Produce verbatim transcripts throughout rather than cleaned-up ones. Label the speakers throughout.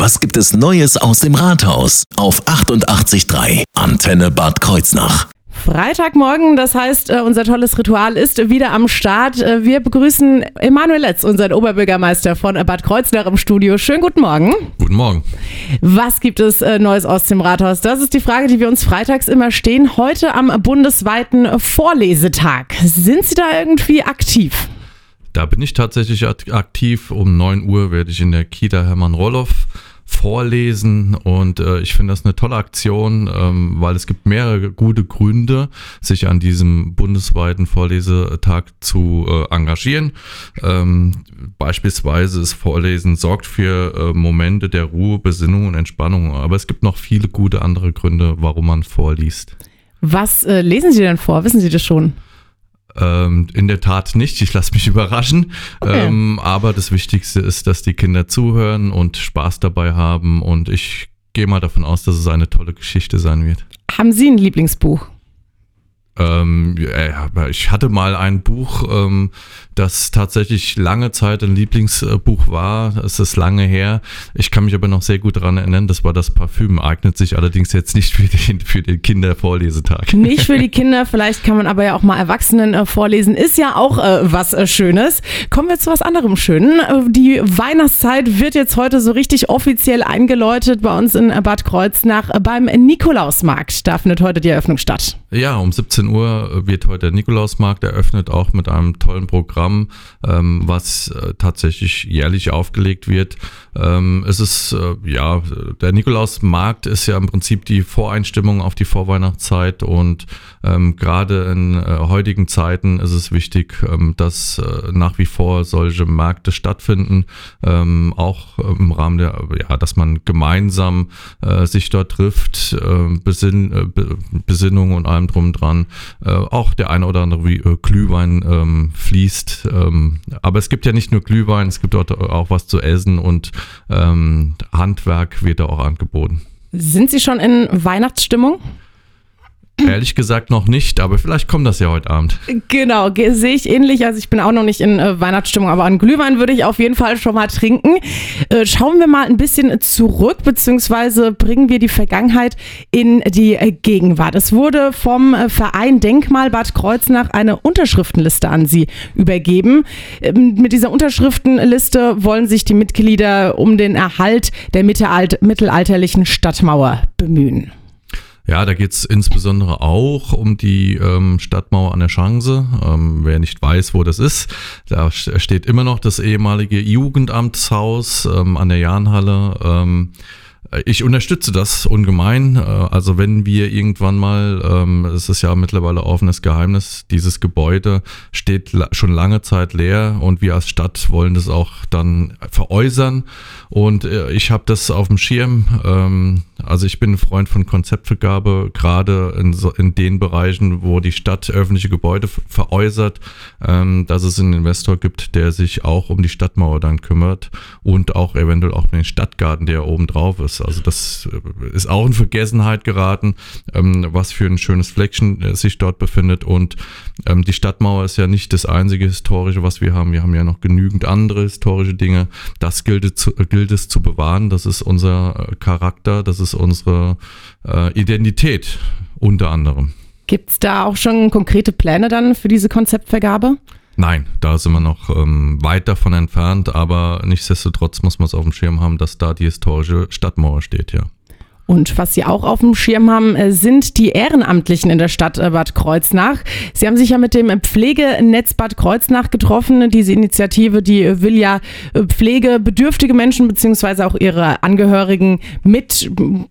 Speaker 1: Was gibt es Neues aus dem Rathaus? Auf achtundachtzig Komma drei Antenne Bad Kreuznach.
Speaker 2: Freitagmorgen, das heißt, unser tolles Ritual ist wieder am Start. Wir begrüßen Emanuel Letz, unseren Oberbürgermeister von Bad Kreuznach im Studio. Schönen guten Morgen.
Speaker 3: Guten Morgen.
Speaker 2: Was gibt es Neues aus dem Rathaus? Das ist die Frage, die wir uns freitags immer stehen. Heute am bundesweiten Vorlesetag. Sind Sie da irgendwie aktiv?
Speaker 3: Da bin ich tatsächlich aktiv. Um neun Uhr werde ich in der Kita Hermann Roloff vorlesen und äh, ich finde das eine tolle Aktion, ähm, weil es gibt mehrere gute Gründe, sich an diesem bundesweiten Vorlesetag zu äh, engagieren. Ähm, beispielsweise das Vorlesen sorgt für äh, Momente der Ruhe, Besinnung und Entspannung, aber es gibt noch viele gute andere Gründe, warum man vorliest.
Speaker 2: Was äh, lesen Sie denn vor? Wissen Sie das schon?
Speaker 3: Ähm, in der Tat nicht, ich lasse mich überraschen, okay. ähm, aber das Wichtigste ist, dass die Kinder zuhören und Spaß dabei haben und ich gehe mal davon aus, dass es eine tolle Geschichte sein wird.
Speaker 2: Haben Sie ein Lieblingsbuch?
Speaker 3: Ähm, ja, ich hatte mal ein Buch, ähm, das tatsächlich lange Zeit ein Lieblingsbuch war. Es ist lange her. Ich kann mich aber noch sehr gut daran erinnern. Das war das Parfüm. Eignet sich allerdings jetzt nicht für den, für den Kindervorlesetag.
Speaker 2: Nicht für die Kinder. Vielleicht kann man aber ja auch mal Erwachsenen äh, vorlesen. Ist ja auch äh, was äh, Schönes. Kommen wir zu was anderem Schönen. Äh, die Weihnachtszeit wird jetzt heute so richtig offiziell eingeläutet bei uns in Bad Kreuznach. Äh, beim Nikolausmarkt. Da findet heute die Eröffnung statt.
Speaker 3: Ja, um siebzehn Uhr wird heute der Nikolausmarkt eröffnet, auch mit einem tollen Programm, ähm, was äh, tatsächlich jährlich aufgelegt wird. Ähm, es ist, äh, ja, der Nikolausmarkt ist ja im Prinzip die Voreinstimmung auf die Vorweihnachtszeit und ähm, gerade in äh, heutigen Zeiten ist es wichtig, ähm, dass äh, nach wie vor solche Märkte stattfinden, ähm, auch im Rahmen der, ja, dass man gemeinsam äh, sich dort trifft, äh, Besinn, äh, Be- Besinnung und allem drum dran. Äh, auch der eine oder andere wie äh, Glühwein ähm, fließt. Ähm, aber es gibt ja nicht nur Glühwein, es gibt dort auch was zu essen und ähm, Handwerk wird da auch angeboten.
Speaker 2: Sind Sie schon in Weihnachtsstimmung?
Speaker 3: Ehrlich gesagt noch nicht, aber vielleicht kommt das ja heute Abend.
Speaker 2: Genau, ge- sehe ich ähnlich. Also ich bin auch noch nicht in äh, Weihnachtsstimmung, aber an Glühwein würde ich auf jeden Fall schon mal trinken. Äh, schauen wir mal ein bisschen zurück, beziehungsweise bringen wir die Vergangenheit in die äh, Gegenwart. Es wurde vom äh, Verein Denkmal Bad Kreuznach eine Unterschriftenliste an Sie übergeben. Ähm, mit dieser Unterschriftenliste wollen sich die Mitglieder um den Erhalt der mittelalt- mittelalterlichen Stadtmauer bemühen.
Speaker 3: Ja, da geht's insbesondere auch um die ähm, Stadtmauer an der Schanze. Ähm, wer nicht weiß, wo das ist, da steht immer noch das ehemalige Jugendamtshaus ähm, an der Jahnhalle. Ähm, Ich unterstütze das ungemein. Also wenn wir irgendwann mal, ähm, es ist ja mittlerweile offenes Geheimnis, dieses Gebäude steht la- schon lange Zeit leer und wir als Stadt wollen das auch dann veräußern. Und äh, ich habe das auf dem Schirm. Ähm, also ich bin ein Freund von Konzeptvergabe, gerade in, so, in den Bereichen, wo die Stadt öffentliche Gebäude f- veräußert, ähm, dass es einen Investor gibt, der sich auch um die Stadtmauer dann kümmert und auch eventuell auch den Stadtgarten, der oben drauf ist. Also das ist auch in Vergessenheit geraten, ähm, was für ein schönes Fleckchen äh, sich dort befindet. Und ähm, die Stadtmauer ist ja nicht das einzige Historische, was wir haben. Wir haben ja noch genügend andere historische Dinge. Das gilt es zu, gilt es zu bewahren. Das ist unser äh, Charakter, das ist unsere äh, Identität unter anderem.
Speaker 2: Gibt es da auch schon konkrete Pläne dann für diese Konzeptvergabe?
Speaker 3: Nein, da sind wir noch ähm, weit davon entfernt, aber nichtsdestotrotz muss man es auf dem Schirm haben, dass da die historische Stadtmauer steht, ja.
Speaker 2: Und was Sie auch auf dem Schirm haben, sind die Ehrenamtlichen in der Stadt Bad Kreuznach. Sie haben sich ja mit dem Pflegenetz Bad Kreuznach getroffen. Diese Initiative, die will ja pflegebedürftige Menschen beziehungsweise auch ihre Angehörigen mit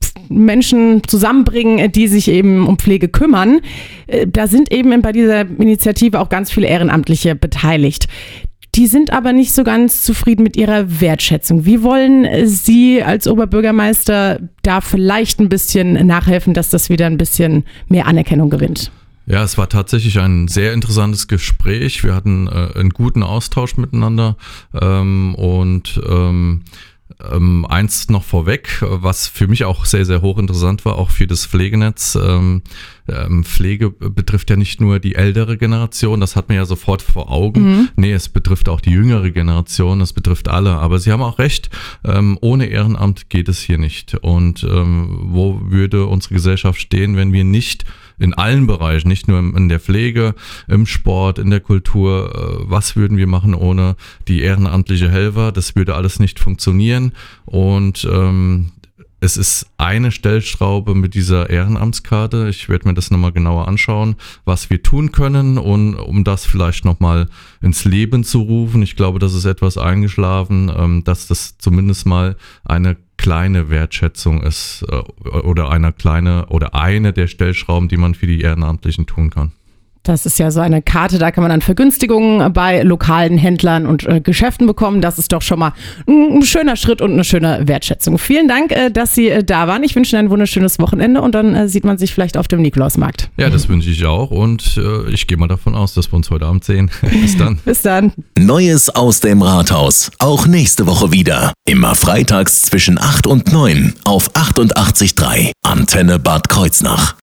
Speaker 2: Menschen zusammenbringen, die sich eben um Pflege kümmern. Da sind eben bei dieser Initiative auch ganz viele Ehrenamtliche beteiligt. Die sind aber nicht so ganz zufrieden mit ihrer Wertschätzung. Wie wollen Sie als Oberbürgermeister da vielleicht ein bisschen nachhelfen, dass das wieder ein bisschen mehr Anerkennung gewinnt?
Speaker 3: Ja, es war tatsächlich ein sehr interessantes Gespräch. Wir hatten äh, einen guten Austausch miteinander ähm, und ähm, Ähm, eins noch vorweg, was für mich auch sehr, sehr hochinteressant war, auch für das Pflegenetz. Ähm, ähm, Pflege betrifft ja nicht nur die ältere Generation, das hat man ja sofort vor Augen. Mhm. Nee, es betrifft auch die jüngere Generation, es betrifft alle. Aber Sie haben auch recht, ähm, ohne Ehrenamt geht es hier nicht. Und ähm, wo würde unsere Gesellschaft stehen, wenn wir nicht in allen Bereichen, nicht nur in der Pflege, im Sport, in der Kultur, was würden wir machen ohne die ehrenamtliche Helfer? Das würde alles nicht funktionieren und ähm, es ist eine Stellschraube mit dieser Ehrenamtskarte. Ich werde mir das nochmal genauer anschauen, was wir tun können und um das vielleicht nochmal ins Leben zu rufen. Ich glaube, das ist etwas eingeschlafen, ähm, dass das zumindest mal eine kleine Wertschätzung ist äh, oder eine kleine oder eine der Stellschrauben, die man für die Ehrenamtlichen tun kann.
Speaker 2: Das ist ja so eine Karte, da kann man dann Vergünstigungen bei lokalen Händlern und äh, Geschäften bekommen. Das ist doch schon mal ein, ein schöner Schritt und eine schöne Wertschätzung. Vielen Dank, äh, dass Sie äh, da waren. Ich wünsche Ihnen ein wunderschönes Wochenende und dann äh, sieht man sich vielleicht auf dem Nikolausmarkt.
Speaker 3: Ja, das wünsche ich auch und äh, ich gehe mal davon aus, dass wir uns heute Abend sehen. Bis dann.
Speaker 2: Bis dann.
Speaker 1: Neues aus dem Rathaus. Auch nächste Woche wieder. Immer freitags zwischen acht und neun auf achtundachtzig Komma drei. Antenne Bad Kreuznach.